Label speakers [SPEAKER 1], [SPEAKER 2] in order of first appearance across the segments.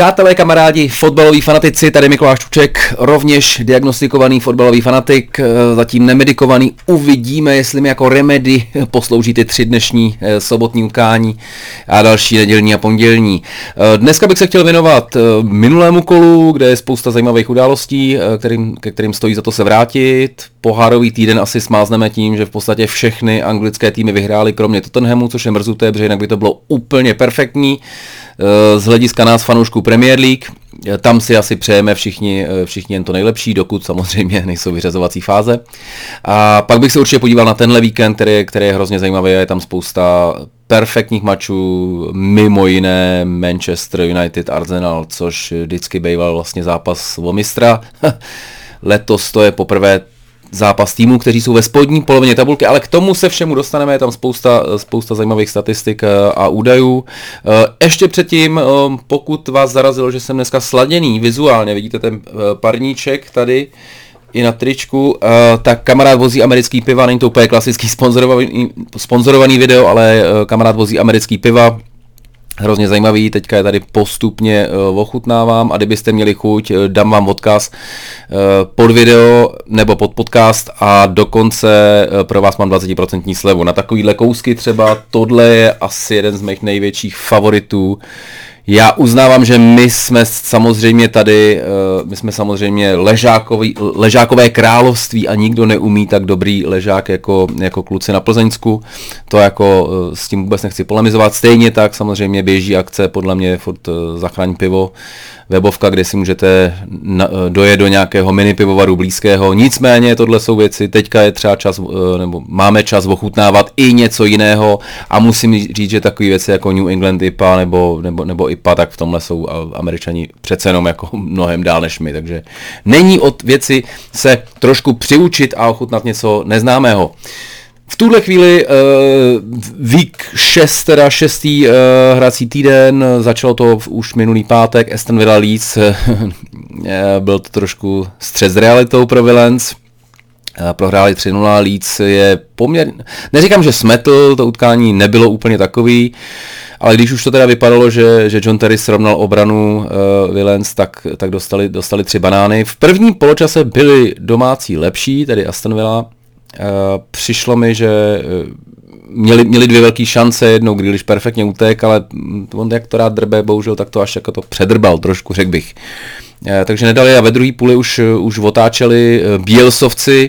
[SPEAKER 1] Přátelé, kamarádi, fotbaloví fanatici, tady Mikuláš Čuček, rovněž diagnostikovaný fotbalový fanatik, zatím nemedikovaný. Uvidíme, jestli mi jako remedy poslouží ty 3 dnešní sobotní utkání a další nedělní a pondělní. Dneska bych se chtěl věnovat minulému kolu, kde je spousta zajímavých událostí, ke kterým stojí za to se vrátit. Pohárový týden asi smázneme tím, že v podstatě všechny anglické týmy vyhrály, kromě Tottenhamu, což je mrzuté, protože jinak by to bylo úplně perfektní. Z hlediska nás fanoušků Premier League, tam si asi přejeme všichni jen to nejlepší, dokud samozřejmě nejsou vyřazovací fáze. A pak bych se určitě podíval na tenhle víkend, který je hrozně zajímavý, je tam spousta perfektních mačů, mimo jiné Manchester United Arsenal, což vždycky býval vlastně zápas o mistra. Letos to je poprvé zápas týmů, kteří jsou ve spodní polovině tabulky, ale k tomu se všemu dostaneme, je tam spousta zajímavých statistik a údajů. Ještě předtím, pokud vás zarazilo, že jsem dneska sladěný vizuálně, vidíte ten parníček tady i na tričku, tak kamarád vozí americký piva, není to úplně klasický sponzorovaný video, ale kamarád vozí americký piva. Hrozně zajímavý, teďka je tady postupně ochutnávám a kdybyste měli chuť, dám vám odkaz pod video nebo pod podcast a dokonce pro vás mám 20% slevu. Na takovýhle kousky třeba tohle je asi jeden z mých největších favoritů. Já uznávám, že my jsme samozřejmě tady, ležákové království a nikdo neumí tak dobrý ležák jako kluci na Plzeňsku. To jako s tím vůbec nechci polemizovat. Stejně tak samozřejmě běží akce, podle mě furt Zachraň pivo, webovka, kde si můžete dojet do nějakého mini pivovaru blízkého. Nicméně tohle jsou věci, teďka je třeba čas, nebo máme čas ochutnávat i něco jiného a musím říct, že takové věci jako New England IPA nebo IPA, tak v tomhle jsou Američani přece jenom jako mnohem dál než my, takže není od věci se trošku přiučit a ochutnat něco neznámého. V tuhle chvíli week 6, teda 6. hrací týden, začalo to už minulý pátek, Aston Villa Leeds, byl to trošku střet s realitou pro Villans, prohráli 3-0, Leeds je poměrně, neříkám, že smetl, to utkání nebylo úplně takový, ale když už to teda vypadalo, že John Terry srovnal obranu Villans, tak dostali 3 banány. V prvním poločase byli domácí lepší, tedy Aston Villa. Přišlo mi, že měli 2 velké šance, jednou když perfektně utek, ale on jak to rád drbe, bohužel tak to až jako to předrbal trošku, řekl bych. Takže nedali a ve druhé půli už otáčeli Bielsovci.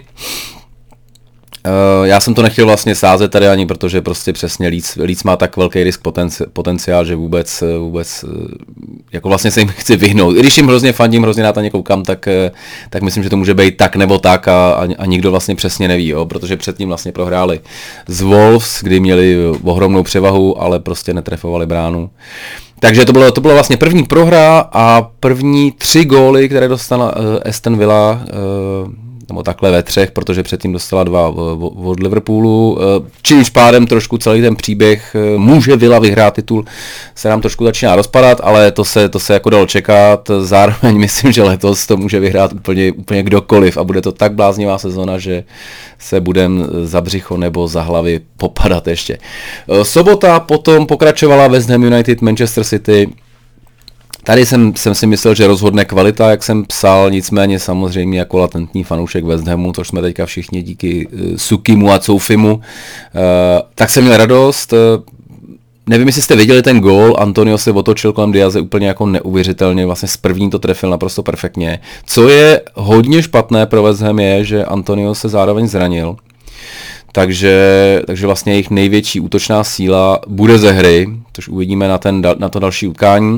[SPEAKER 1] Já jsem to nechtěl vlastně sázet tady ani, protože prostě přesně Leeds má tak velký risk potenciál, že vůbec jako vlastně se jim chci vyhnout. I když jim hrozně fandím, hrozně na to koukám, tak myslím, že to může být tak nebo tak a nikdo vlastně přesně neví, jo, protože předtím vlastně prohráli z Wolves, kdy měli ohromnou převahu, ale prostě netrefovali bránu. Takže to bylo vlastně první prohra a první 3 góly, které dostala Aston Villa, nebo takhle ve 3, protože předtím dostala 2 od Liverpoolu, čímž pádem trošku celý ten příběh může Villa vyhrát titul, se nám trošku začíná rozpadat, ale to se jako dalo čekat, zároveň myslím, že letos to může vyhrát úplně kdokoliv a bude to tak bláznivá sezona, že se budem za břicho nebo za hlavy popadat ještě. Sobota potom pokračovala West Ham United Manchester City. Tady jsem si myslel, že rozhodne kvalita, jak jsem psal, nicméně samozřejmě jako latentní fanoušek West Hamu, což jsme teďka všichni díky Sukimu a Coufimu, tak jsem měl radost. Nevím, jestli jste viděli ten gól, Antonio se otočil kolem Diaze úplně jako neuvěřitelně, vlastně z první to trefil naprosto perfektně. Co je hodně špatné pro West Ham je, že Antonio se zároveň zranil. Takže vlastně jejich největší útočná síla bude ze hry, což uvidíme na to další utkání.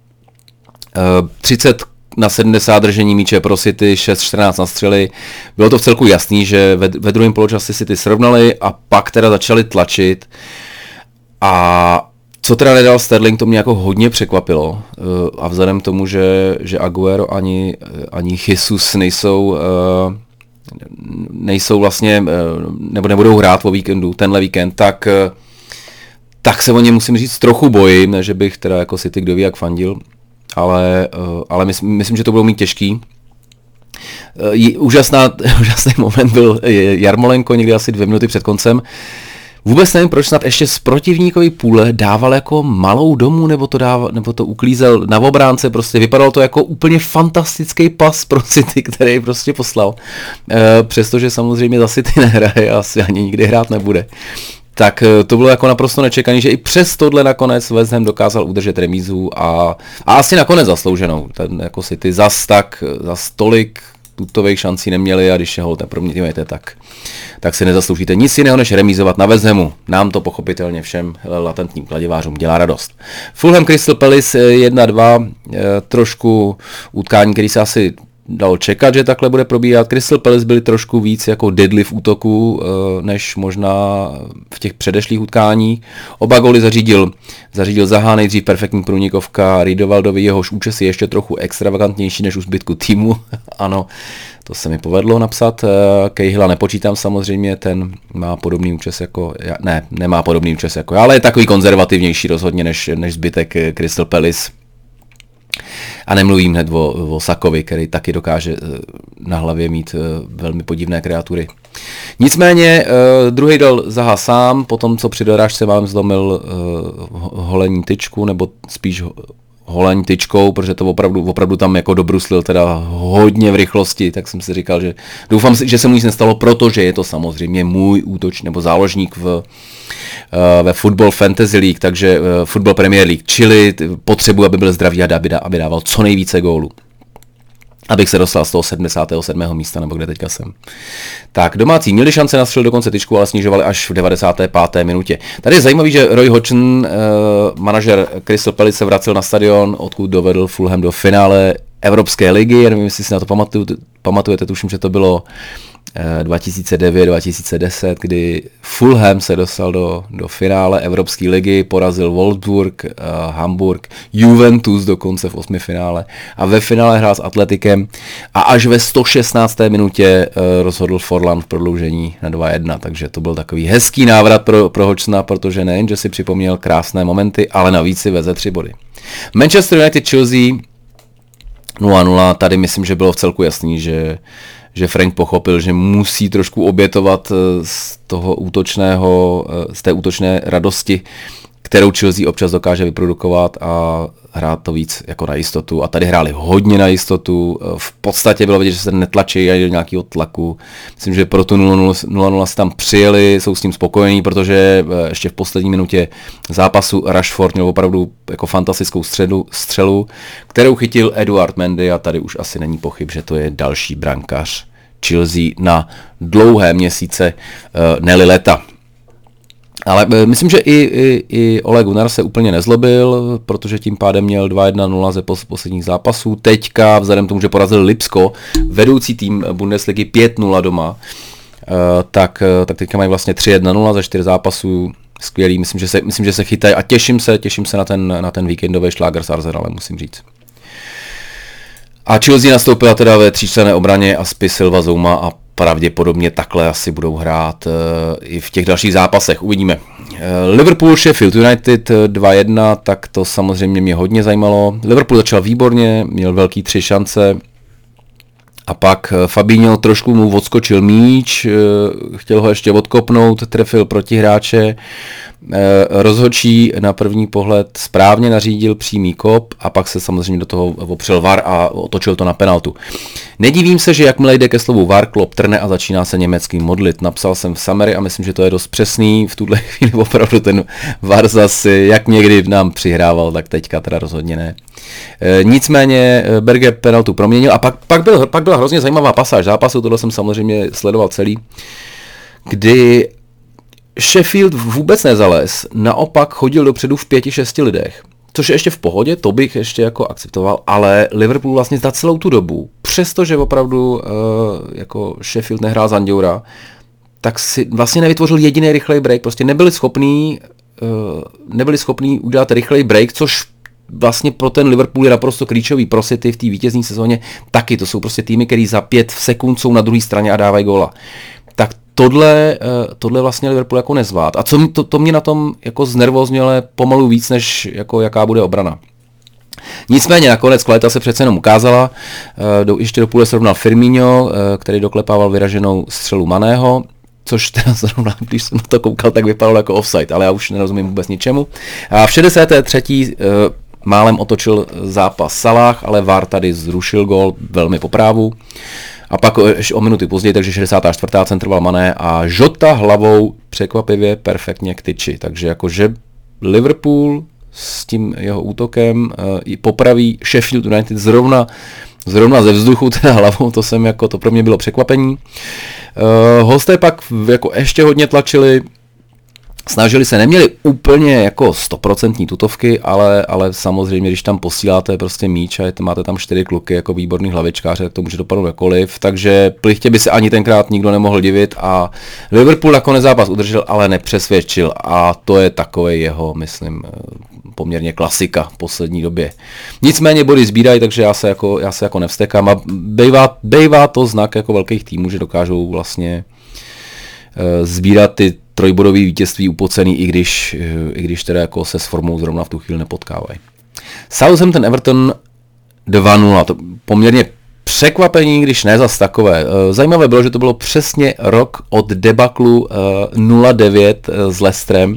[SPEAKER 1] 30 na 70 držení míče pro City, 6-14 na střely. Bylo to v celku jasný, že ve druhém poločase City srovnali a pak teda začali tlačit. A co teda nedal Sterling, to mě jako hodně překvapilo. A vzhledem k tomu, že Aguero ani Jesus nejsou vlastně, nebo nebudou hrát o víkendu, tenhle víkend, tak se o ně musím říct trochu bojím, ne že bych teda jako City kdo ví jak fandil. Ale myslím, že to budou mít těžký. Úžasný moment byl Jarmolenko někdy asi 2 minuty před koncem. Vůbec nevím, proč snad ještě z protivníkový půle dával jako malou domů, nebo to uklízel na obránce, prostě vypadalo to jako úplně fantastický pas pro City, který prostě poslal. Přestože samozřejmě za City nehraje a asi ani nikdy hrát nebude. Tak to bylo jako naprosto nečekané, že i přes tohle nakonec West Ham dokázal udržet remízu a asi nakonec zaslouženou. Ten jako City zas tolik tutových šancí neměli a když je holt neproměňujete, tak si nezasloužíte nic jiného, než remízovat na West Hamu. Nám to pochopitelně všem latentním kladivářům dělá radost. Fulham Crystal Palace 1-2, trošku utkání, který se asi dalo čekat, že takhle bude probíhat. Crystal Palace byli trošku víc jako deadly v útoku, než možná v těch předešlých utkáních. Oba góly zařídil Zaha, nejdřív perfektní průnikovka Riedewaldovi, jehož účes je ještě trochu extravagantnější než u zbytku týmu. Ano, to se mi povedlo napsat. Cahilla nepočítám samozřejmě, ten má podobný účes jako já. Ne, nemá podobný účes jako já, ale je takový konzervativnější rozhodně než zbytek Crystal Palace. A nemluvím hned o Sakovi, který taky dokáže na hlavě mít velmi podivné kreatury. Nicméně druhý dal Zaha sám, potom co při dorážce vám zlomil holení tyčku, nebo spíš holení tyčkou, protože to opravdu tam jako dobruslil teda hodně v rychlosti, tak jsem si říkal, že doufám, že se mu nic nestalo, protože je to samozřejmě můj nebo záložník ve Football Fantasy League, takže Football Premier League, čili potřebuji, aby byl zdravý a aby dával co nejvíce gólů. Abych se dostal z toho 77. místa, nebo kde teďka jsem. Tak, domácí měli šance na střel do konce tyčku, ale snižovali až v 95. minutě. Tady je zajímavý, že Roy Hodgson, manažer Crystal Palace, se vracel na stadion, odkud dovedl Fulham do finále Evropské ligy. Já nevím, jestli si na to pamatujete, tuším, že to bylo 2009-2010, kdy Fulham se dostal do finále Evropské ligy, porazil Wolfsburg, Hamburg, Juventus dokonce v 8. finále a ve finále hrál s Atletikem a až ve 116. minutě rozhodl Forlan v prodloužení na 2-1, takže to byl takový hezký návrat pro Hodgsona, protože nejen, že si připomněl krásné momenty, ale navíc si veze 3 body. Manchester United Chelsea 0-0, tady myslím, že bylo v celku jasný, že Frank pochopil, že musí trošku obětovat z té útočné radosti, kterou Chelsea občas dokáže vyprodukovat a hrát to víc jako na jistotu. A tady hráli hodně na jistotu, v podstatě bylo vidět, že se netlačí ani do nějakého tlaku. Myslím, že pro tu 0-0 se tam přijeli, jsou s tím spokojení, protože ještě v poslední minutě zápasu Rashford měl opravdu jako fantastickou střelu, kterou chytil Eduard Mendy a tady už asi není pochyb, že to je další brankář Chelsea na dlouhé měsíce, ne-li léta. Ale myslím, že i Ole Gunnar se úplně nezlobil, protože tím pádem měl 2-1-0 ze posledních zápasů. Teďka, vzhledem k tomu, že porazil Lipsko, vedoucí tým Bundesligy 5-0 doma, tak teďka mají vlastně 3-1-0 za 4 zápasů. Skvělý, myslím, že se chytají a těším se na ten víkendový šláger s Arsenalem, musím říct. A Chelsea nastoupila teda ve 3členné obraně Aspi, Silva, Zouma a pravděpodobně takhle asi budou hrát i v těch dalších zápasech, uvidíme. Liverpool, Sheffield United 2-1, tak to samozřejmě mě hodně zajímalo. Liverpool začal výborně, měl velký 3 šance a pak Fabinho trošku mu odskočil míč, chtěl ho ještě odkopnout, trefil protihráče, rozhodčí na první pohled správně nařídil přímý kop a pak se samozřejmě do toho opřel VAR a otočil to na penaltu. Nedivím se, že jakmile jde ke slovu VAR, Klopp trne a začíná se německý modlit. Napsal jsem v Summary a myslím, že to je dost přesný. V tuhle chvíli opravdu ten VAR zase, jak někdy nám přihrával, tak teďka teda rozhodně ne. Nicméně Berger penaltu proměnil a pak byla hrozně zajímavá pasáž zápasu, tohle jsem samozřejmě sledoval celý, kdy Sheffield vůbec nezalez, naopak chodil dopředu v 5-6 lidech, což je ještě v pohodě, to bych ještě jako akceptoval, ale Liverpool vlastně za celou tu dobu, přestože opravdu jako Sheffield nehrál z Anděura, tak si vlastně nevytvořil jediný rychlej break, prostě nebyli schopní udělat rychlej break, což vlastně pro ten Liverpool je naprosto klíčový pro City v té vítězné sezóně taky, to jsou prostě týmy, který za 5 sekund jsou na druhé straně a dávají góla. Tak tohle vlastně Liverpool jako nezvlád. A to mě na tom jako znervózňuje, ale pomalu víc, než jako jaká bude obrana. Nicméně nakonec kvalita se přece jenom ukázala. Ještě do půle srovnal Firmino, který doklepával vyraženou střelu Maného. což teda zrovna, když jsem na to koukal, tak vypadalo jako offside, ale já už nerozumím vůbec ničemu. A v 63. Málem otočil zápas Salah, ale VAR tady zrušil gól velmi po právu. A pak o minuty později, takže 64. centroval Mané a Jota hlavou překvapivě perfektně k tyči. Takže jakože Liverpool s tím jeho útokem popraví Sheffield United zrovna ze vzduchu, teda hlavou, to pro mě bylo překvapení. Hosté pak jako ještě hodně tlačili, snažili se, neměli úplně jako 100% tutovky, ale samozřejmě, když tam posíláte prostě míč a máte tam 4 kluky jako výborný hlavičkáře, tak to může dopadnout jakoliv, takže plichtě by se ani tenkrát nikdo nemohl divit a Liverpool nakonec zápas udržel, ale nepřesvědčil a to je takovej jeho, myslím, poměrně klasika v poslední době. Nicméně body sbírají, takže já se jako nevstekám a bejvá to znak jako velkých týmů, že dokážou vlastně sbírat ty trojbodový vítězství upocený, i když teda jako se s formou zrovna v tu chvíli nepotkávají. Southampton Everton 2-0, to poměrně překvapení, když ne zas takové. Zajímavé bylo, že to bylo přesně rok od debaklu 0-9 s Leicesterem.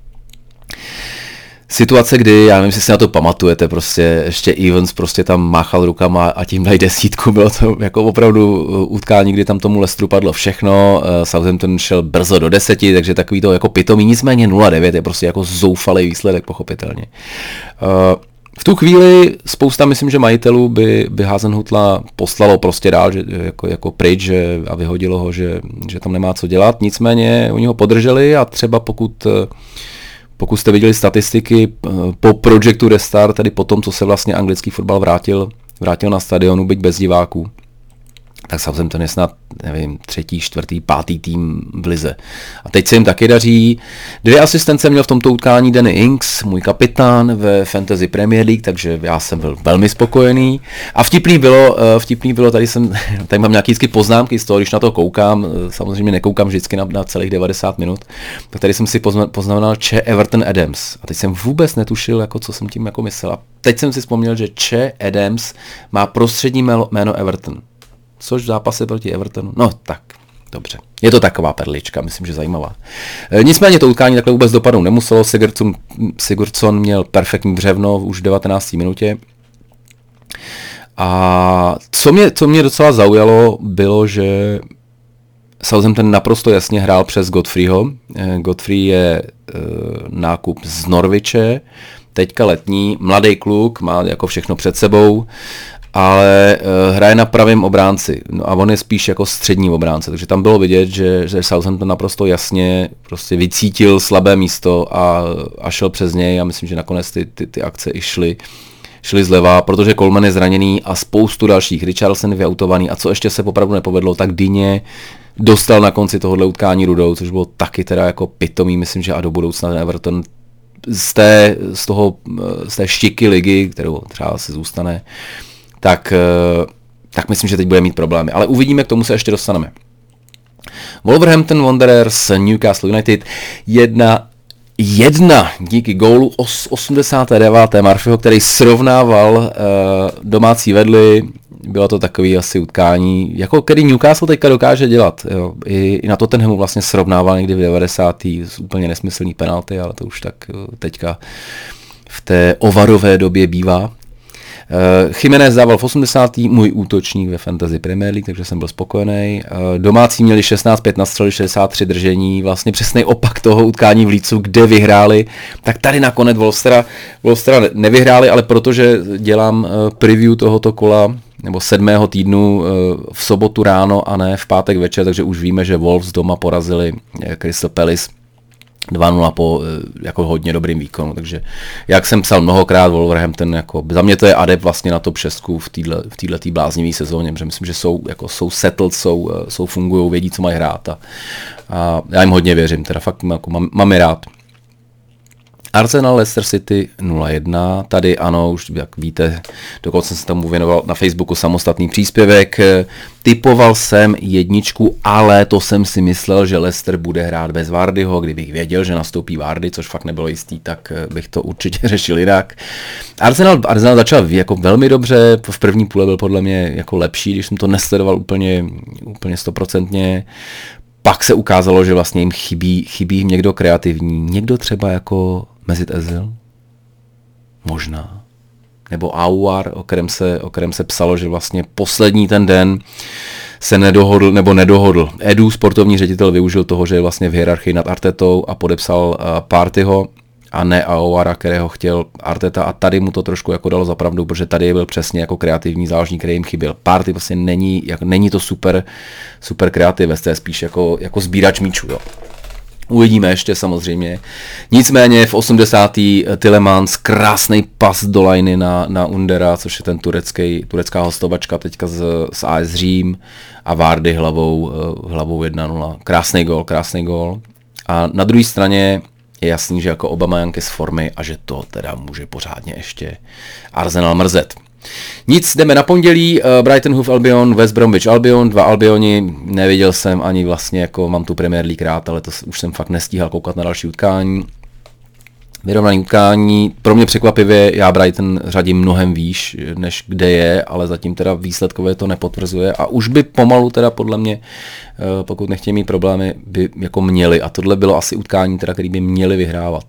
[SPEAKER 1] Situace, kdy, já nevím, jestli si na to pamatujete, prostě ještě Evans prostě tam máchal rukama a tím dají 10, bylo to jako opravdu utkání, kdy tam tomu Leicesteru padlo všechno, Southampton šel brzo do 10, takže takový to jako pitomý, nicméně 0-9 je prostě jako zoufalý výsledek, pochopitelně. V tu chvíli spousta, myslím, že majitelů by Hasenhüttla poslalo prostě dál, že, jako pryč a vyhodilo ho, že tam nemá co dělat, nicméně oni ho podrželi a třeba pokud jste viděli statistiky po Projectu Restart, tedy po tom, co se vlastně anglický fotbal vrátil na stadionu, byť bez diváků, tak Southampton je snad, nevím, 3., 4., 5. tým v lize. A teď se jim taky daří. 2 asistence měl v tomto utkání Danny Ings, můj kapitán ve Fantasy Premier League, takže já jsem byl velmi spokojený. A vtipný bylo, tady mám nějaké poznámky z toho, když na to koukám, samozřejmě nekoukám vždycky na celých 90 minut, tak tady jsem si poznamenal Che Everton Adams. A teď jsem vůbec netušil, jako co jsem tím jako myslel. A teď jsem si vzpomněl, že Che Adams má prostřední jméno Everton. Což v zápase proti Evertonu, no tak, dobře. Je to taková perlička, myslím, že zajímavá. Nicméně to utkání takhle vůbec dopadnout nemuselo, Sigurdsson měl perfektní břevno už v 19. minutě. A co mě docela zaujalo, bylo, že Southampton naprosto jasně hrál přes Godfreyho. Godfrey je nákup z Norwiche, teďka letní, mladý kluk, má jako všechno před sebou, ale hraje na pravém obránci, no a on je spíš jako střední obránce, takže tam bylo vidět, že Southampton naprosto jasně prostě vycítil slabé místo a šel přes něj a myslím, že nakonec ty akce i šly zleva, protože Coleman je zraněný a spoustu dalších, Richarlison je vyautovaný a co ještě se opravdu nepovedlo, tak Digne dostal na konci tohohle utkání rudou, což bylo taky teda jako pitomý, myslím, že a do budoucna Everton z té štiky ligy, kterou třeba si zůstane, tak myslím, že teď bude mít problémy. Ale uvidíme, k tomu se ještě dostaneme. Wolverhampton Wanderers, Newcastle United 1-1 díky gólu 89. Murphyho, který srovnával domácí vedli. Bylo to takový asi utkání, jako který Newcastle teďka dokáže dělat. Jo. I na Tottenhamu vlastně srovnával někdy v 90. z úplně nesmyslný penalty, ale to už tak teďka v té ovarové době bývá. Jiménez dával v 80. můj útočník ve Fantasy Premier League, takže jsem byl spokojený. Domácí měli 16-5 na střely, 63 držení, vlastně přesný opak toho utkání v Leedsu, kde vyhráli. Tak tady nakonec Wolvestera nevyhráli, ale protože dělám preview tohoto kola, nebo 7. týdnu v sobotu ráno a ne v pátek večer, takže už víme, že Wolves doma porazili Crystal Palace 2-0 po jako hodně dobrým výkonu, takže jak jsem psal mnohokrát, Wolverhampton, jako, za mě to je adept vlastně na top 6 v této bláznivý sezóně, protože myslím, že jsou settled, jsou fungujou, vědí, co mají hrát a já jim hodně věřím, teda fakt jako mám je rád. Arsenal Leicester City 0-1, tady ano, už jak víte, dokonce jsem se tomu věnoval na Facebooku samostatný příspěvek, typoval jsem 1, ale to jsem si myslel, že Leicester bude hrát bez Vardyho, kdybych věděl, že nastoupí Vardy, což fakt nebylo jistý, tak bych to určitě řešil jinak. Arsenal začal jako velmi dobře, v první půle byl podle mě jako lepší, když jsem to nesledoval úplně 100%. pak se ukázalo, že vlastně jim chybí někdo kreativní, někdo třeba jako Mesut Özil, možná, nebo Aouar, o kterém se psalo, že vlastně poslední ten den se nedohodl. Edu, sportovní ředitel, využil toho, že je vlastně v hierarchii nad Artetou a podepsal Parteyho a ne Aouara, kterého chtěl Arteta, a tady mu to trošku jako dalo za pravdu, protože tady byl přesně jako kreativní záložník, který jim chyběl. Partey vlastně není to super kreativec, to je spíš jako sbírač míčů, jo. Uvidíme ještě samozřejmě. Nicméně v 80. Tielemans, krásný pas do liney na Undera, což je ten turecká hostovačka teďka z AS Řím, a Vardy hlavou 1-0. Krásný gól. A na druhé straně je jasný, že jako Aubameyang je z formy a že to teda může pořádně ještě Arsenal mrzet. Nic, jdeme na pondělí, Brighton Hove Albion, West Bromwich Albion, 2 Albioni, neviděl jsem ani vlastně, jako mám tu Premier League rád, ale to už jsem fakt nestíhal koukat na další utkání. Vyrovnaný utkání, pro mě překvapivě, já Brighton řadím mnohem výš, než kde je, ale zatím teda výsledkově to nepotvrzuje a už by pomalu teda podle mě, pokud nechtějí mít problémy, by jako měli, a tohle bylo asi utkání teda, který by měli vyhrávat.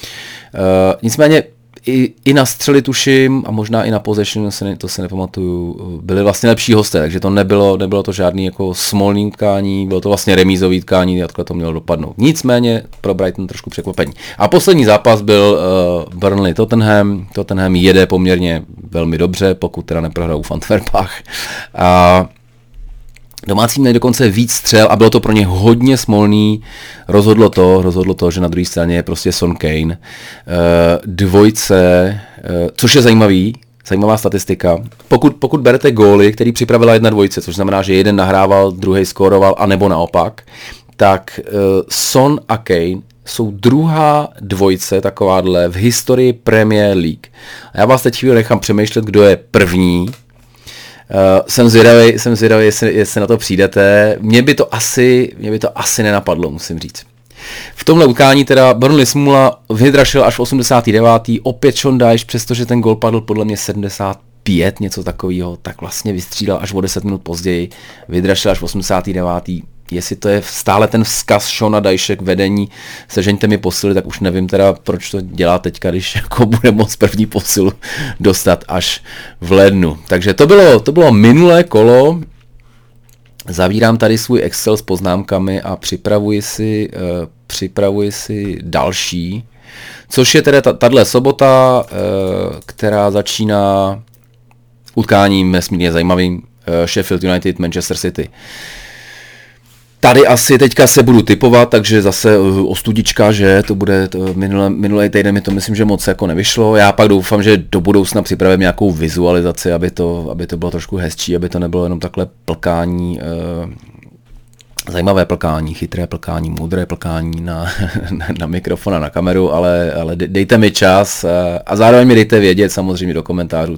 [SPEAKER 1] Nicméně i na střely tuším a možná i na possession, to se nepamatuju, byli vlastně lepší hosté, takže to nebylo to žádný jako smolný utkání, bylo to vlastně remízový utkání, takhle to mělo dopadnout. Nicméně pro Brighton trošku překvapení. A poslední zápas byl Burnley Tottenham. Tottenham jede poměrně velmi dobře, pokud teda neprohrajou v Antwerpách. A domácí měli dokonce víc střel a bylo to pro ně hodně smolný. Rozhodlo to, že na druhé straně je prostě Son Kane. Dvojce, což je zajímavá statistika. Pokud berete góly, který připravila 1-2, což znamená, že jeden nahrával, druhý skóroval, anebo naopak, tak Son a Kane jsou druhá dvojce takováhle v historii Premier League. A já vás teď chvíli nechám přemýšlet, kdo je první. Jsem zvědavý, jestli na to přijdete. Mě by to asi nenapadlo, musím říct. V tomhle utkání teda Burnley smůla, vydrašil až v 89. Opět Sean Dyche, přestože ten gol padl podle mě 75, něco takového, tak vlastně vystřídal až o 10 minut později, vydrašil až v 89. Jestli to je stále ten vzkaz Seana Dyche k vedení, sežeňte mi posily, tak už nevím teda, proč to dělá teďka, když jako bude moc první posilu dostat až v lednu. Takže to bylo minulé kolo. Zavírám tady svůj Excel s poznámkami a připravuji si další, což je teda tahle sobota, která začíná utkáním nesmírně zajímavým, Sheffield United, Manchester City. Tady asi teďka se budu typovat, takže zase ostudička, že to bude minulý týden, mi to myslím, že moc jako nevyšlo. Já pak doufám, že do budoucna připravím nějakou vizualizaci, aby to bylo trošku hezčí, aby to nebylo jenom takhle plkání, zajímavé plkání, chytré plkání, moudré plkání na mikrofon a na kameru, ale dejte mi čas a zároveň mi dejte vědět samozřejmě do komentářů,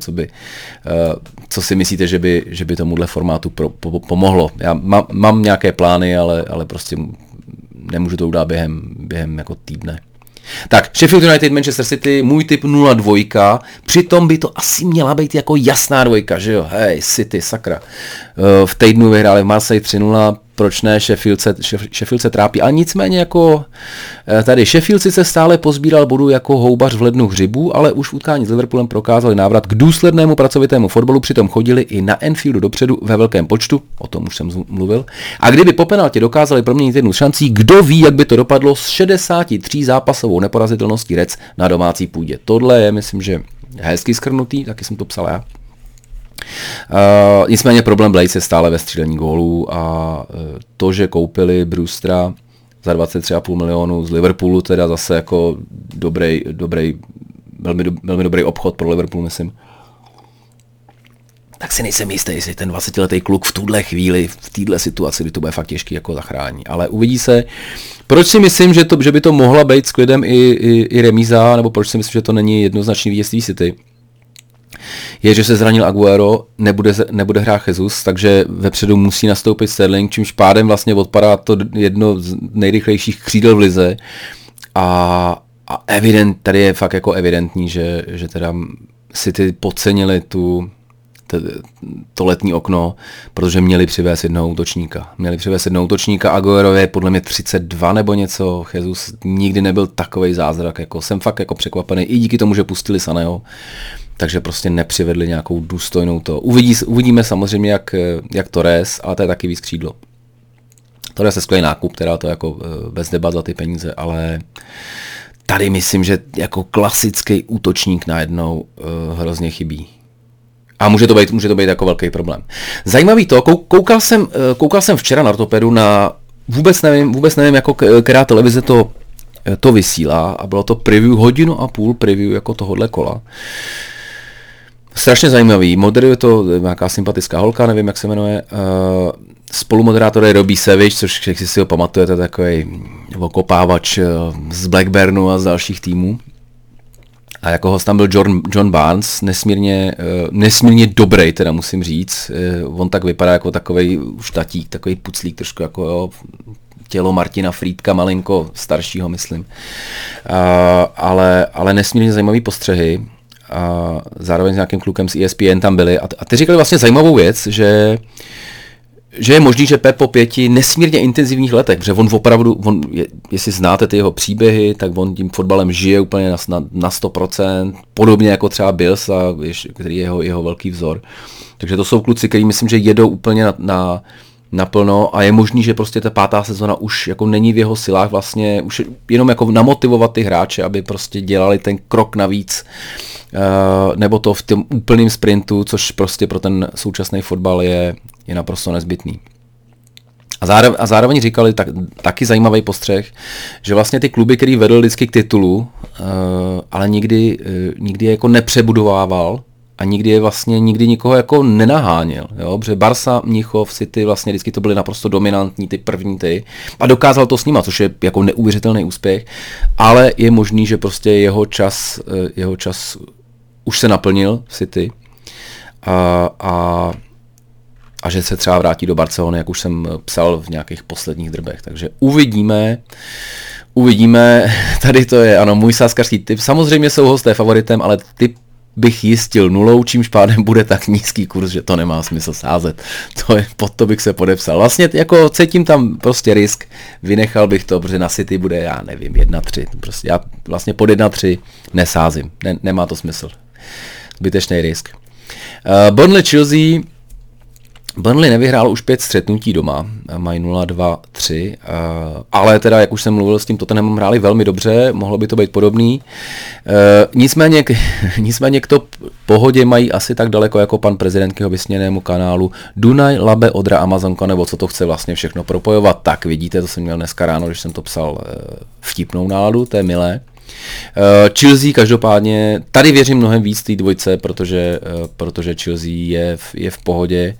[SPEAKER 1] co si myslíte, že by tomuhle formátu pomohlo. Já mám nějaké plány, ale prostě nemůžu to udělat během jako týdne. Tak, Sheffield United, Manchester City, můj tip 0-2, přitom by to asi měla být jako jasná dvojka, že jo, hej, City, sakra. V týdnu vyhráli v Marseille 3-0, proč ne, Sheffield se trápí, ale nicméně jako tady Sheffield se stále pozbíral bodů jako houbař v lednu hřibu, ale už v utkání s Liverpoolem prokázali návrat k důslednému pracovitému fotbalu, přitom chodili i na Anfieldu dopředu ve velkém počtu, o tom už jsem mluvil, a kdyby po penaltě dokázali proměnit jednu z šancí, kdo ví, jak by to dopadlo s 63 zápasovou neporazitelností Reds na domácí půdě. Tohle je, myslím, že hezky skrnutý, taky jsem to psal já. Nicméně problém Blades je stále ve střílení gólů a to, že koupili Brewstera za 23,5 milionů z Liverpoolu, teda zase jako velmi dobrý obchod pro Liverpool, myslím. Tak si nejsem jistý, jestli ten 20letý kluk v tuhle chvíli, v téhle situaci, kdy to bude fakt těžký, jako zachrání. Ale uvidí se. Proč si myslím, že by to mohla být s klidem i remíza, nebo proč si myslím, že to není jednoznačný vítězství City, je, že se zranil Aguero, nebude hrát Jesus, takže vepředu musí nastoupit Sterling, čímž pádem vlastně odpadá to jedno z nejrychlejších křídel v lize a tady je fakt jako evidentní, že teda City podcenili to letní okno, protože měli přivést jednoho útočníka. Aguero je podle mě 32 nebo něco, Jesus nikdy nebyl takovej zázrak, jako jsem fakt jako překvapený, i díky tomu, že pustili Saného, takže prostě nepřivedli nějakou důstojnou to. Uvidíme samozřejmě, jak Torres, ale to je taky víc křídlo. Torres je skvělý nákup, teda to jako bez debat za ty peníze, ale tady myslím, že jako klasický útočník najednou hrozně chybí. A může to být jako velký problém. Zajímavý to, koukal jsem včera na Ortopedu na, vůbec nevím, jako která televize to vysílá a bylo to preview, 1,5 hodiny preview jako tohodle kola. Strašně zajímavý, moderuje to nějaká sympatická holka, nevím, jak se jmenuje, spolumoderátor je Robbie Savage, což si ho pamatujete, takový okopávač z Blackburnu a z dalších týmů. A jako host tam byl John Barnes, nesmírně dobrý, teda musím říct. On tak vypadá jako takovej už tatík, takový puclík, trošku jako jo, tělo Martina Frýdka, malinko staršího, myslím. Ale nesmírně zajímavý postřehy. A zároveň s nějakým klukem z ESPN tam byli. A ty říkali vlastně zajímavou věc, že je možný, že Pep po 5 nesmírně intenzivních letech, protože on opravdu, jestli znáte ty jeho příběhy, tak on tím fotbalem žije úplně na 100%, podobně jako třeba Bills, který je jeho velký vzor. Takže to jsou kluci, kteří myslím, že jedou úplně naplno a je možný, že prostě ta 5. sezona už jako není v jeho silách vlastně, už jenom jako namotivovat ty hráče, aby prostě dělali ten krok navíc, nebo to v tom úplném sprintu, což prostě pro ten současný fotbal je naprosto nezbytný. A zároveň říkali taky zajímavý postřeh, že vlastně ty kluby, který vedl vždycky k titulu, ale nikdy je jako nepřebudovával a nikdy nikoho jako nenaháněl, jo? Protože Barca, Mnichov, City vlastně vždycky to byly naprosto dominantní, ty první a dokázal to s nima, což je jako neuvěřitelný úspěch, ale je možný, že prostě jeho čas už se naplnil v City a že se třeba vrátí do Barcelony, jak už jsem psal v nějakých posledních drbech. Takže uvidíme, tady to je, ano, můj sázkařský tip. Samozřejmě jsou hosté favoritem, ale tip bych jistil 0, čímž pádem bude tak nízký kurz, že to nemá smysl sázet. Pod to bych se podepsal. Vlastně jako cítím tam prostě risk, vynechal bych to, protože na City bude, já nevím, 1-3. Prostě já vlastně pod 1-3 nesázím, nemá to smysl. Zbytečný risk. Burnley nevyhrál už 5 střetnutí doma, mají 0-2-3, ale teda, jak už jsem mluvil, s tím Tottenhamem hráli velmi dobře, mohlo by to být podobný. Nicméně k to pohodě mají asi tak daleko jako pan prezident k jeho vysněnému kanálu Dunaj, Labe, Odra, Amazonka, nebo co to chce vlastně všechno propojovat. Tak vidíte, to jsem měl dneska ráno, když jsem to psal, vtipnou náladu, to je milé. Chelsea každopádně, tady věřím mnohem víc té dvojce, protože Chelsea je v pohodě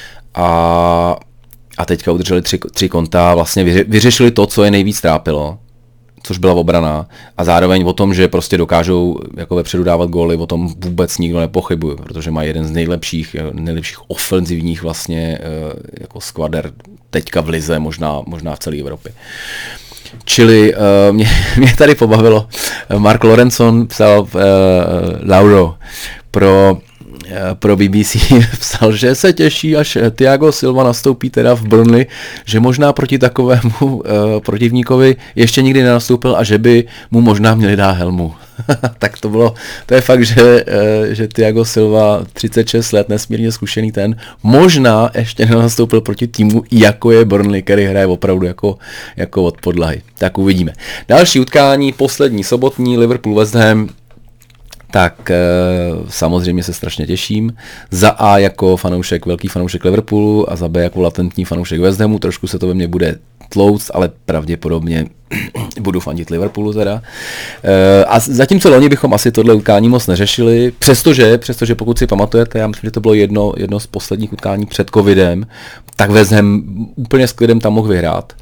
[SPEAKER 1] a teďka udrželi 3 konta, vlastně vyřešili to, co je nejvíc trápilo, což byla obrana, a zároveň o tom, že prostě dokážou jako vepředu dávat góly, o tom vůbec nikdo nepochybuje, protože má jeden z nejlepších ofenzivních vlastně jako skvader teďka v lize, možná v celé Evropě. Čili mě tady pobavilo, Mark Lawrenson psal Lauro pro BBC, psal, že se těší, až Thiago Silva nastoupí teda v Burnley, že možná proti takovému protivníkovi ještě nikdy nenastoupil a že by mu možná měli dát helmu. Tak to je fakt, že Thiago Silva, 36 let, nesmírně zkušený možná ještě nenastoupil proti týmu, jako je Burnley, který hraje opravdu jako od podlahy. Tak uvidíme. Další utkání, poslední sobotní, Liverpool West Ham. Tak samozřejmě se strašně těším. Za A jako velký fanoušek Liverpoolu a za B jako latentní fanoušek West Hamu. Trošku se to ve mně bude tlouct, ale pravděpodobně budu fandit Liverpoolu teda. A zatímco loni bychom asi tohle utkání moc neřešili, přestože pokud si pamatujete, já myslím, že to bylo jedno z posledních utkání před covidem, tak West Ham úplně s klidem tam mohl vyhrát.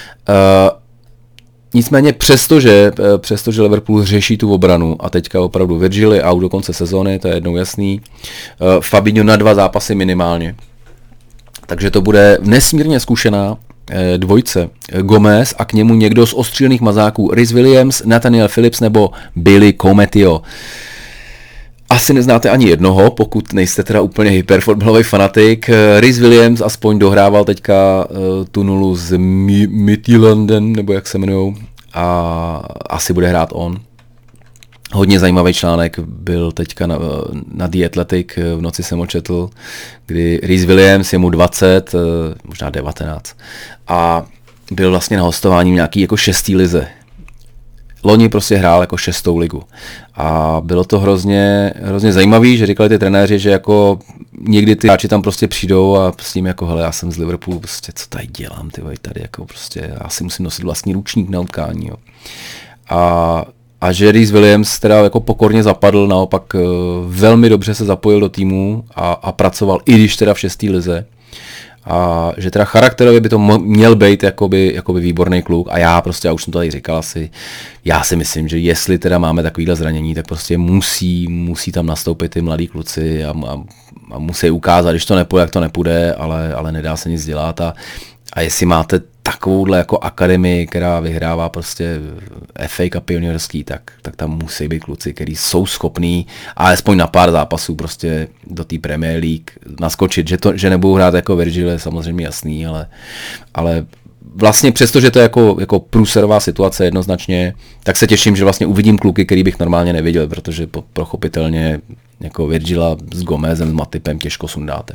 [SPEAKER 1] Nicméně přestože Liverpool řeší tu obranu a teďka opravdu Virgil je out do konce sezóny, to je jednou jasný, Fabinho na 2 zápasy minimálně. Takže to bude nesmírně zkušená dvojce Gomez a k němu někdo z ostřílených mazáků, Rhys Williams, Nathaniel Phillips nebo Billy Koumetio. asi neznáte ani jednoho, pokud nejste teda úplně hyperfotbalový fanatik. Rhys Williams aspoň dohrával teďka tu nulu s Midtjyllandem, nebo jak se jmenujou, a asi bude hrát on. Hodně zajímavý článek byl teďka na The Athletic, v noci jsem ho četl, kdy Rhys Williams je mu 20, možná 19, a byl vlastně na hostování nějaký jako 6. lize. Loni prostě hrál jako 6. ligu. A bylo to hrozně zajímavý, že říkali ty trenéři, že jako někdy ty hráči tam prostě přijdou a s tím jako hele, já jsem z Liverpoolu, prostě co tady dělám, ty tady jako prostě já si musím nosit vlastní ručník na utkání, jo. A že Rhys Williams teda jako pokorně zapadl, naopak velmi dobře se zapojil do týmu a pracoval, i když teda v 6. lize. A že teda charakterově by to měl být jakoby výborný kluk a já už jsem to tady říkal asi, já si myslím, že jestli teda máme takovýhle zranění, tak prostě musí tam nastoupit ty mladí kluci a musí ukázat, když to nepůjde, jak to nepůjde, ale nedá se nic dělat a jestli máte takovouhle jako akademii, která vyhrává prostě FA Cup juniorský, tak tam musí být kluci, kteří jsou schopní alespoň na pár zápasů prostě do té Premier League naskočit, že nebudou hrát jako Virgil, je samozřejmě jasný, ale vlastně přesto, že to je jako průserová situace jednoznačně, tak se těším, že vlastně uvidím kluky, který bych normálně neviděl, protože pochopitelně jako Virgila s Gomezem, s Matipem těžko sundáte.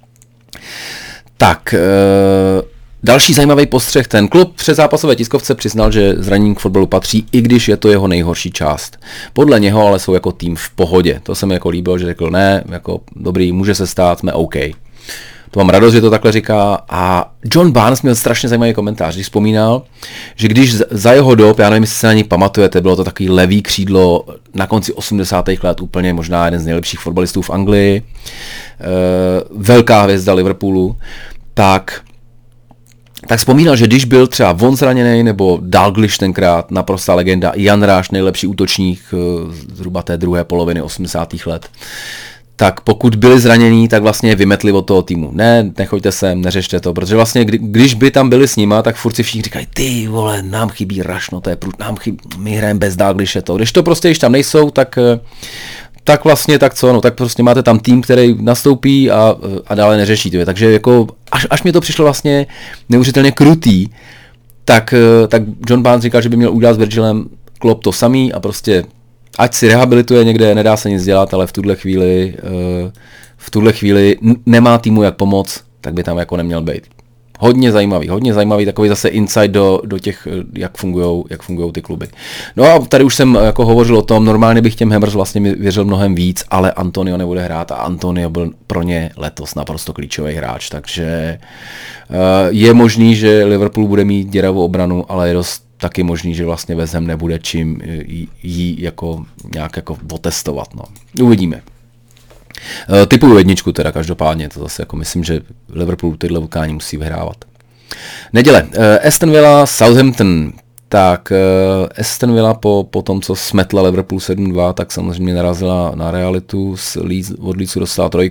[SPEAKER 1] Tak, další zajímavý postřeh, ten klub před zápasové tiskovce přiznal, že zranění k fotbalu patří, i když je to jeho nejhorší část. Podle něho ale jsou jako tým v pohodě. To se mi jako líbilo, že řekl ne, jako dobrý, může se stát, jsme OK. To mám radost, že to takhle říká. A John Barnes měl strašně zajímavý komentář, když vzpomínal, že když za jeho dob, já nevím, jestli se na něj pamatujete, bylo to takový levý křídlo na konci 80. let, úplně možná jeden z nejlepších fotbalistů v Anglii, velká hvězda Liverpoolu, tak vzpomínal, že když byl třeba Von zraněný, nebo Dalglish tenkrát, naprostá legenda, Jan Ráš, nejlepší útočník zhruba té druhé poloviny 80. let, tak pokud byli zranění, tak vlastně je vymetli od toho týmu. Ne, nechoďte sem, neřešte to, protože vlastně když by tam byli s nima, tak furt si všichni říkají, ty vole, nám chybí Ráš, no to je my hrajeme bez Dalglishe to. Když to prostě, když tam nejsou, tak vlastně tak co, no tak prostě máte tam tým, který nastoupí a dále neřeší to. Takže jako až mi to přišlo vlastně neuvěřitelně krutý, tak John Barnes říkal, že by měl udělat s Virgilem Klopp to samý a prostě ať si rehabilituje někde, nedá se nic dělat, ale v tuhle chvíli nemá týmu jak pomoct, tak by tam jako neměl být. Hodně zajímavý, takový zase insight do těch, jak fungujou ty kluby. No a tady už jsem jako hovořil o tom, normálně bych těm Hammers vlastně věřil mnohem víc, ale Antonio nebude hrát a Antonio byl pro ně letos naprosto klíčový hráč, takže je možný, že Liverpool bude mít děravou obranu, ale je dost taky možný, že vlastně West Ham nebude čím jí jako nějak jako otestovat, no. Uvidíme. Typuju 1 teda každopádně, to zase jako myslím, že Liverpool tyhle utkání musí vyhrávat. Neděle, Aston Villa, Southampton. Tak Aston Villa po tom, co smetla Liverpool 7-2, tak samozřejmě narazila na realitu, od Leedsu dostala 3.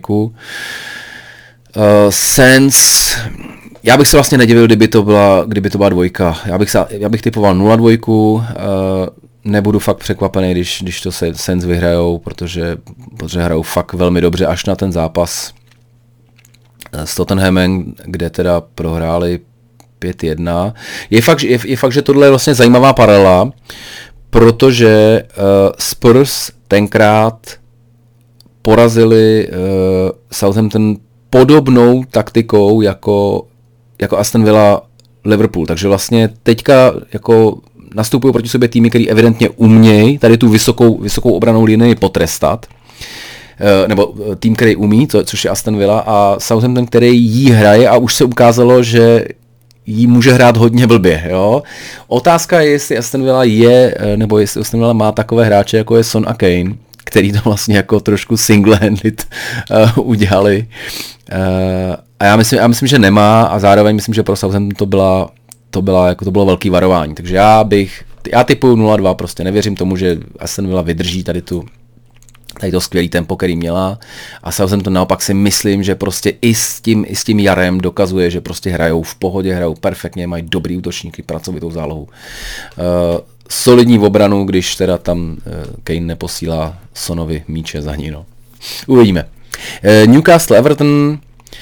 [SPEAKER 1] Saints, já bych se vlastně nedivil, kdyby to byla 2. Já bych typoval 0-2, nebudu fakt překvapený, když to Saints vyhrajou, protože hrajou fakt velmi dobře až na ten zápas s Tottenhamem, kde teda prohráli 5-1. Je fakt, že tohle je vlastně zajímavá paralela, protože Spurs tenkrát porazili Southampton podobnou taktikou jako Aston Villa Liverpool. Takže vlastně teďka jako nastupují proti sobě týmy, který evidentně umějí tady tu vysokou obranou linii potrestat. Nebo tým, který umí, což je Aston Villa, a Southampton, který jí hraje a už se ukázalo, že jí může hrát hodně blbě. Jo? Otázka je, jestli Aston Villa nebo jestli Aston Villa má takové hráče, jako je Son a Kane, který to vlastně jako trošku single-handed udělali. A já myslím, že nemá, a zároveň myslím, že pro Southampton to bylo velký varování. Takže já typuju 0-2, prostě nevěřím tomu, že Aston Villa vydrží tady to skvělý tempo, který měla, a Southampton naopak si myslím, že prostě i s tím jarem dokazuje, že prostě hrajou v pohodě, hrajou perfektně, mají dobrý útočníky, pracovitou zálohu. solidní obranu, když teda tam Kane neposílá Sonovi míče za ní. No. Uvidíme. Newcastle Everton.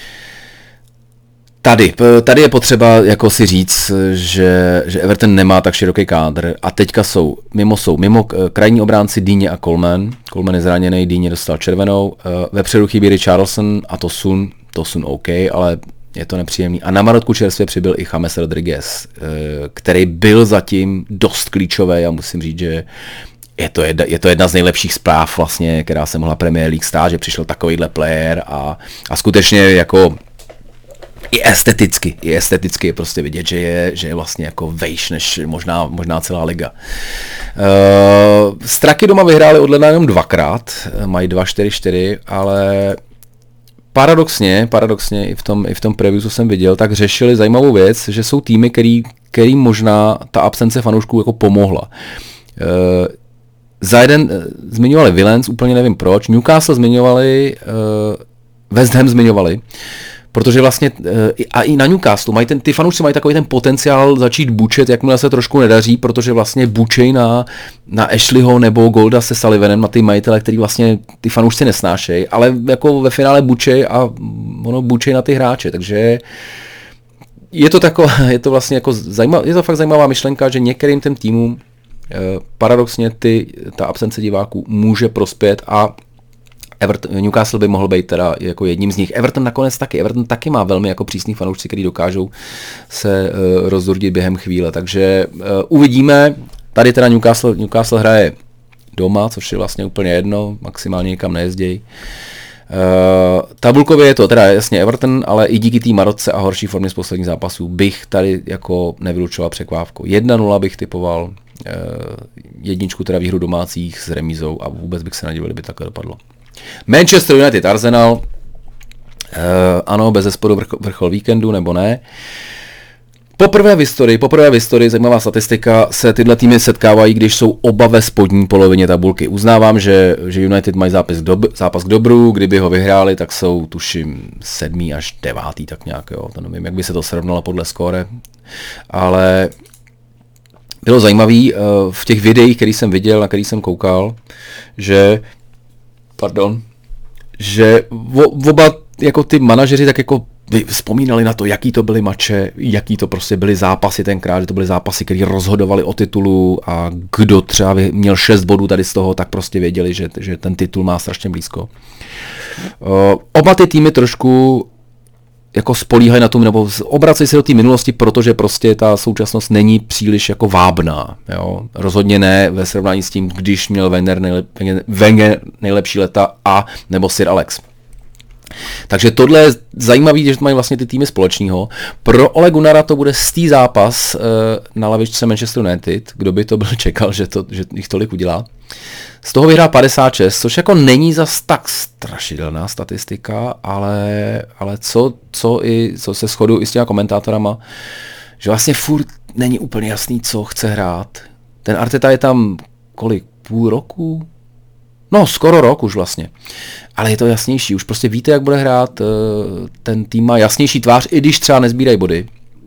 [SPEAKER 1] Tady je potřeba jako si říct, že Everton nemá tak široký kádr a teďka jsou mimo krajní obránci Digne a Coleman. Coleman je zraněný, Digne dostal červenou. Vepředu chybí Richarlison a Tosun OK, ale je to nepříjemný. A na marotku čerstvě přibyl i James Rodriguez, který byl zatím dost klíčový a musím říct, že je to jedna z nejlepších zpráv vlastně, která se mohla Premier League stát, že přišel takovýhle player a skutečně jako i esteticky je prostě vidět, že je vlastně jako vejš než možná celá liga. Straky doma vyhráli od ledna jenom 2krát, mají 2-4-4, ale paradoxně i v tom preview, co jsem viděl, tak řešili zajímavou věc, že jsou týmy, který možná ta absence fanoušků jako pomohla. Za jeden zmiňovali Villans, úplně nevím proč, Newcastle zmiňovali, West Ham zmiňovali, protože vlastně a i na Newcastle ty fanoušci mají takový ten potenciál začít bučet, jakmile se trošku nedaří, protože vlastně bučej na Ashleyho nebo Golda se Sullivanem, na ty majitele, který vlastně ty fanoušci nesnášejí, ale jako ve finále bučej a ono bučej na ty hráče, takže je to vlastně jako je to fakt zajímavá myšlenka, že některým těm týmům paradoxně ta absence diváků může prospět a Newcastle by mohl být teda jako jedním z nich. Everton taky má velmi jako přísný fanoušci, kteří dokážou se rozdurdit během chvíle, takže uvidíme. Tady teda Newcastle hraje doma, což je vlastně úplně jedno, maximálně nikam nejezdějí. Tabulkově je to teda jasně Everton, ale i díky té marotce a horší formě z posledních zápasů bych tady jako nevylučoval překvávku. 1-0 bych typoval, jedničku teda výhru domácích s remízou a vůbec bych se nedivil, kdyby takhle dopadlo. Manchester United Arsenal, ano, bezesporu vrchol víkendu, nebo ne. Poprvé v historii, zajímavá statistika, se tyhle týmy setkávají, když jsou oba ve spodní polovině tabulky. Uznávám, že United mají zápas k dobru, kdyby ho vyhráli, tak jsou tuším 7. až 9. tak nějak, jo. To nevím, jak by se to srovnalo podle skóre, ale bylo zajímavý v těch videích, který jsem viděl, na který jsem koukal, že oba jako ty manažeři tak jako vzpomínali na to, jaký to byly mače, jaký to prostě byly zápasy tenkrát, že to byly zápasy, které rozhodovali o titulu a kdo třeba měl 6 bodů tady z toho, tak prostě věděli, že ten titul má strašně blízko. Oba ty týmy trošku jako spolíhají na tom, nebo obracejí se do té minulosti, protože prostě ta současnost není příliš jako vábná. Jo? Rozhodně ne ve srovnání s tím, když měl Wenger nejlepší leta a nebo Sir Alex. Takže tohle je zajímavé, že to mají vlastně ty týmy společného. Pro Ole Gunnara to bude stý zápas na lavičce Manchester United. Kdo by to byl čekal, že jich tolik udělá. Z toho vyhrá 56, což jako není zas tak strašidelná statistika, ale co se shodují i s těma komentátorama, že vlastně furt není úplně jasný, co chce hrát. Ten Arteta je tam půl roku? No, skoro rok už vlastně. Ale je to jasnější, už prostě víte, jak bude hrát, ten tým má jasnější tvář, i když třeba nezbírají body.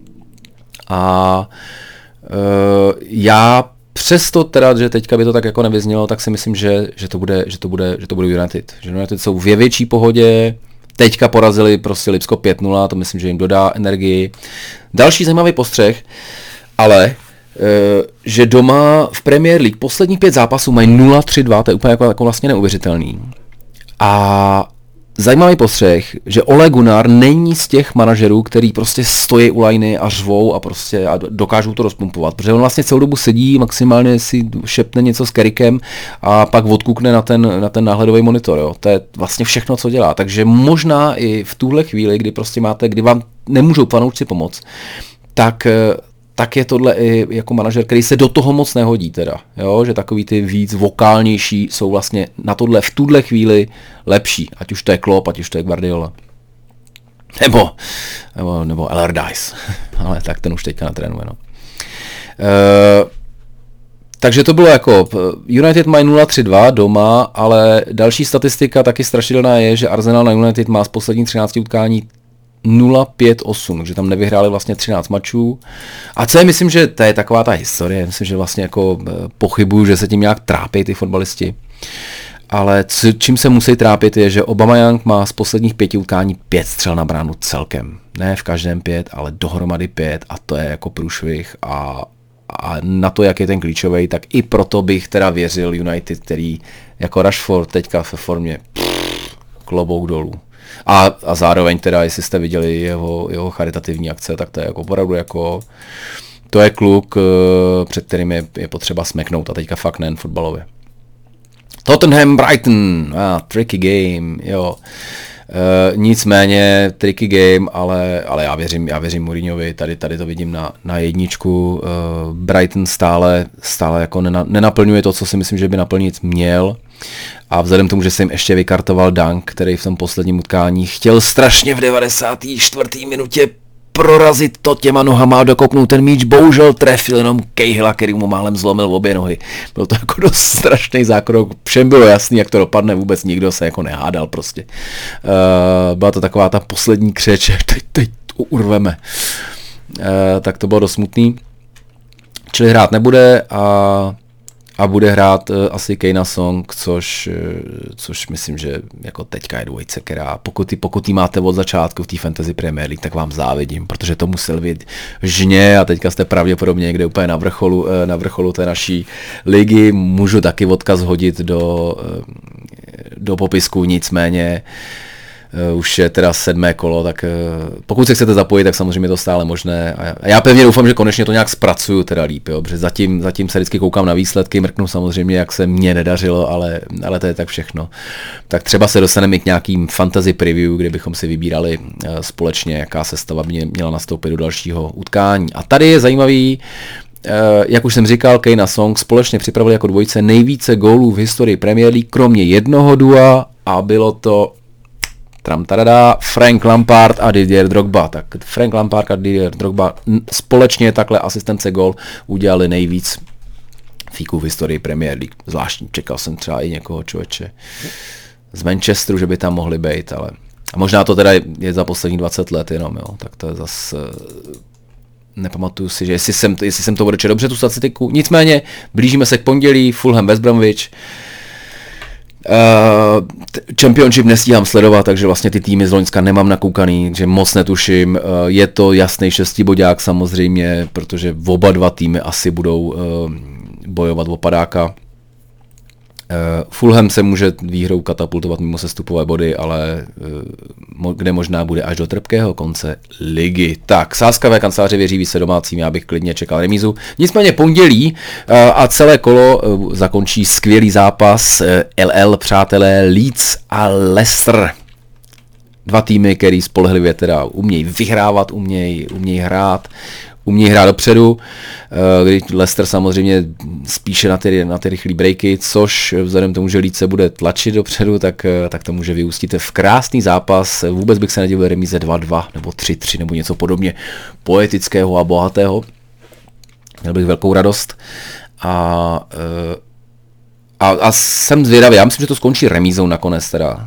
[SPEAKER 1] A já přesto teda, že teďka by to tak jako nevyznělo, tak si myslím, že to bude United. Že United jsou v větší pohodě, teďka porazili prostě Lipsko 5-0, to myslím, že jim dodá energii. Další zajímavý postřeh, ale že doma v Premier League posledních 5 zápasů mají 0-3-2, to je úplně jako vlastně neuvěřitelný. A zajímavý postřeh, že Ole Gunnar není z těch manažerů, který prostě stojí u lajny a řvou a prostě a dokážou to rozpumpovat, protože on vlastně celou dobu sedí, maximálně si šepne něco s Kerikem a pak odkukne na ten náhledový monitor, jo. To je vlastně všechno, co dělá. Takže možná i v tuhle chvíli, kdy vám nemůžou fanoušci pomoct, tak je tohle i jako manažer, který se do toho moc nehodí teda, jo? Že takový ty víc vokálnější jsou vlastně na tohle v tuhle chvíli lepší, ať už to je Klopp, ať už to je Guardiola. Nebo Allardyce, ale tak ten už teďka natrénuje, no. Takže to bylo jako, United mají 0-3-2 doma, ale další statistika taky strašidelná je, že Arsenal na United má z posledních 13 utkání 0-5-8, takže tam nevyhráli vlastně 13 mačů. A co je, myslím, že to je taková ta historie, myslím, že vlastně jako pochybuju, že se tím nějak trápí ty fotbalisti. Ale čím se musí trápit je, že Aubameyang má z posledních 5 utkání 5 střel na bránu celkem. Ne v každém 5, ale dohromady 5 a to je jako průšvih a na to, jak je ten klíčový, tak i proto bych teda věřil United, který jako Rashford teďka ve formě klobouk dolů. A zároveň teda, jestli jste viděli jeho charitativní akce, tak to je jako opravdu jako to je kluk, před kterým je potřeba smeknout a teďka fakt nejen fotbalově. Tottenham Brighton, tricky game, jo. Nicméně tricky game, ale já věřím Mourinhovi, tady to vidím na jedničku. Brighton stále jako nenaplňuje to, co si myslím, že by naplnit měl. A vzhledem k tomu, že se jim ještě vykartoval Dunk, který v tom posledním utkání chtěl strašně v 94. minutě prorazit to těma nohama a dokopnout ten míč, bohužel trefil jenom Cahilla, který mu málem zlomil obě nohy. Byl to jako dost strašný zákrok, všem bylo jasný, jak to dopadne, vůbec nikdo se jako nehádal prostě. Byla to taková ta poslední křeč, teď to urveme. Tak to bylo dost smutný. Čili hrát nebude a bude hrát asi Kane Song, což myslím, že jako teďka je dvojice, která pokud jí máte od začátku v té Fantasy Premier League, tak vám závidím, protože to musel být žně a teďka jste pravděpodobně někde úplně na vrcholu té naší ligy. Můžu taky odkaz hodit do popisku, nicméně už je teda 7. kolo, tak pokud se chcete zapojit, tak samozřejmě to stále možné. A já pevně doufám, že konečně to nějak zpracuju teda líp, jo, protože zatím se vždycky koukám na výsledky, mrknu samozřejmě, jak se mně nedařilo, ale to je tak všechno. Tak třeba se dostaneme i k nějakým fantasy preview, kde bychom si vybírali společně, jaká sestava by měla nastoupit do dalšího utkání. A tady je zajímavý, jak už jsem říkal, Kane a Song společně připravili jako dvojice nejvíce gólů v historii Premier League, kromě jednoho dua, a bylo to Frank Lampard a Didier Drogba. Tak Frank Lampard a Didier Drogba společně takhle asistence gól udělali nejvíc fíků v historii Premier League. Zvláštní, čekal jsem třeba i někoho člověče z Manchesteru, že by tam mohli být, ale a možná to teda je za poslední 20 let jenom, jo, tak to je zase nepamatuju si, že jestli jsem to odečetl dobře tu statistiku. Nicméně blížíme se k pondělí, Fulham West Bromwich. Championship nestíhám sledovat, takže vlastně ty týmy z Loňska nemám nakoukaný, že moc netuším. Je to jasný šestiboďák samozřejmě, protože oba dva týmy asi budou bojovat o padáka. Fulham se může výhrou katapultovat mimo sestupové body, ale kde možná bude až do trpkého konce ligy. Tak, sázkavé kanceláře věří více domácím, já bych klidně čekal remízu. Nicméně pondělí a celé kolo zakončí skvělý zápas LL, přátelé, Leeds a Leicester. Dva týmy, který spolehlivě teda umějí vyhrávat, umějí hrát dopředu, když Leicester samozřejmě spíše na ty rychlé breaky, což vzhledem k tomu, že Leeds se bude tlačit dopředu, tak to může vyústit v krásný zápas. Vůbec bych se nedivil remíze 2-2 nebo 3-3 nebo něco podobně poetického a bohatého. Měl bych velkou radost. A jsem zvědavý, já myslím, že to skončí remízou nakonec teda,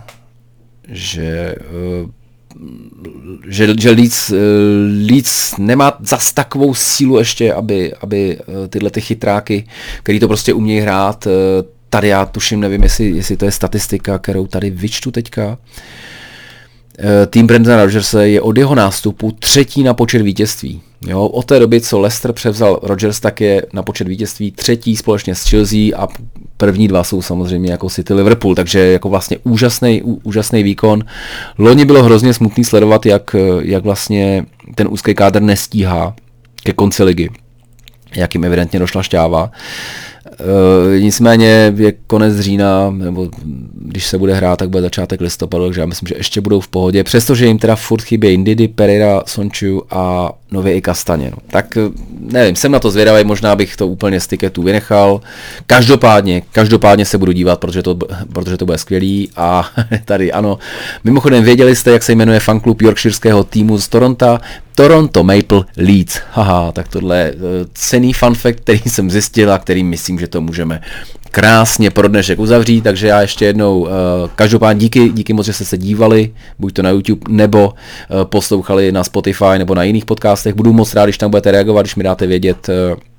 [SPEAKER 1] že Leeds nemá zas takovou sílu ještě, aby tyhle ty chytráky, který to prostě umějí hrát, tady já tuším, nevím, jestli to je statistika, kterou tady vyčtu teďka. Tým Brendana Rodgerse je od jeho nástupu 3. na počet vítězství. Jo, od té doby, co Leicester převzal Rodgers, tak je na počet vítězství 3. společně s Chelsea a první 2 jsou samozřejmě jako City, Liverpool, takže jako vlastně úžasný výkon. Loni bylo hrozně smutný sledovat, jak vlastně ten úzký kádr nestíhá ke konci ligy, jak jim evidentně došla šťáva. Nicméně je konec října, nebo když se bude hrát, tak bude začátek listopadu, takže já myslím, že ještě budou v pohodě, přestože jim teda furt chybějí Ndidi, Pereira, Sonchu a nově i Kastaně. No. Tak nevím, jsem na to zvědavý, možná bych to úplně z tiketu vynechal. Každopádně se budu dívat, protože to bude skvělý. A tady ano, mimochodem věděli jste, jak se jmenuje fanklub yorkshireského týmu z Toronto Maple Leeds. Haha, tak tohle je cenný fun fact, který jsem zjistil a který myslím, že to můžeme krásně pro dnešek uzavřít, takže já ještě jednou každopádně díky moc, že jste se dívali, buď to na YouTube, nebo poslouchali na Spotify, nebo na jiných podcastech. Budu moc rád, když tam budete reagovat, když mi dáte vědět,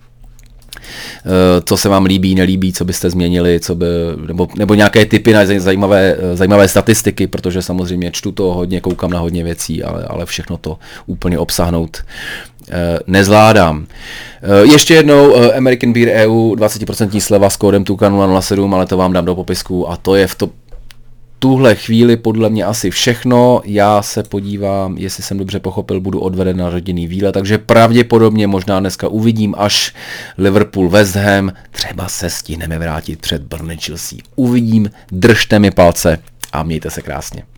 [SPEAKER 1] co se vám líbí, nelíbí, co byste změnili, nebo nějaké tipy na zajímavé statistiky, protože samozřejmě čtu to hodně, koukám na hodně věcí, ale všechno to úplně obsáhnout nezvládám. Ještě jednou American Beer EU 20% sleva s kódem TUKA007, ale to vám dám do popisku a to je v tuhle chvíli podle mě asi všechno. Já se podívám, jestli jsem dobře pochopil, budu odveden na rodinný výlet, takže pravděpodobně možná dneska uvidím až Liverpool West Ham, třeba se stihneme vrátit před Burnley Chelsea. Uvidím, držte mi palce a mějte se krásně.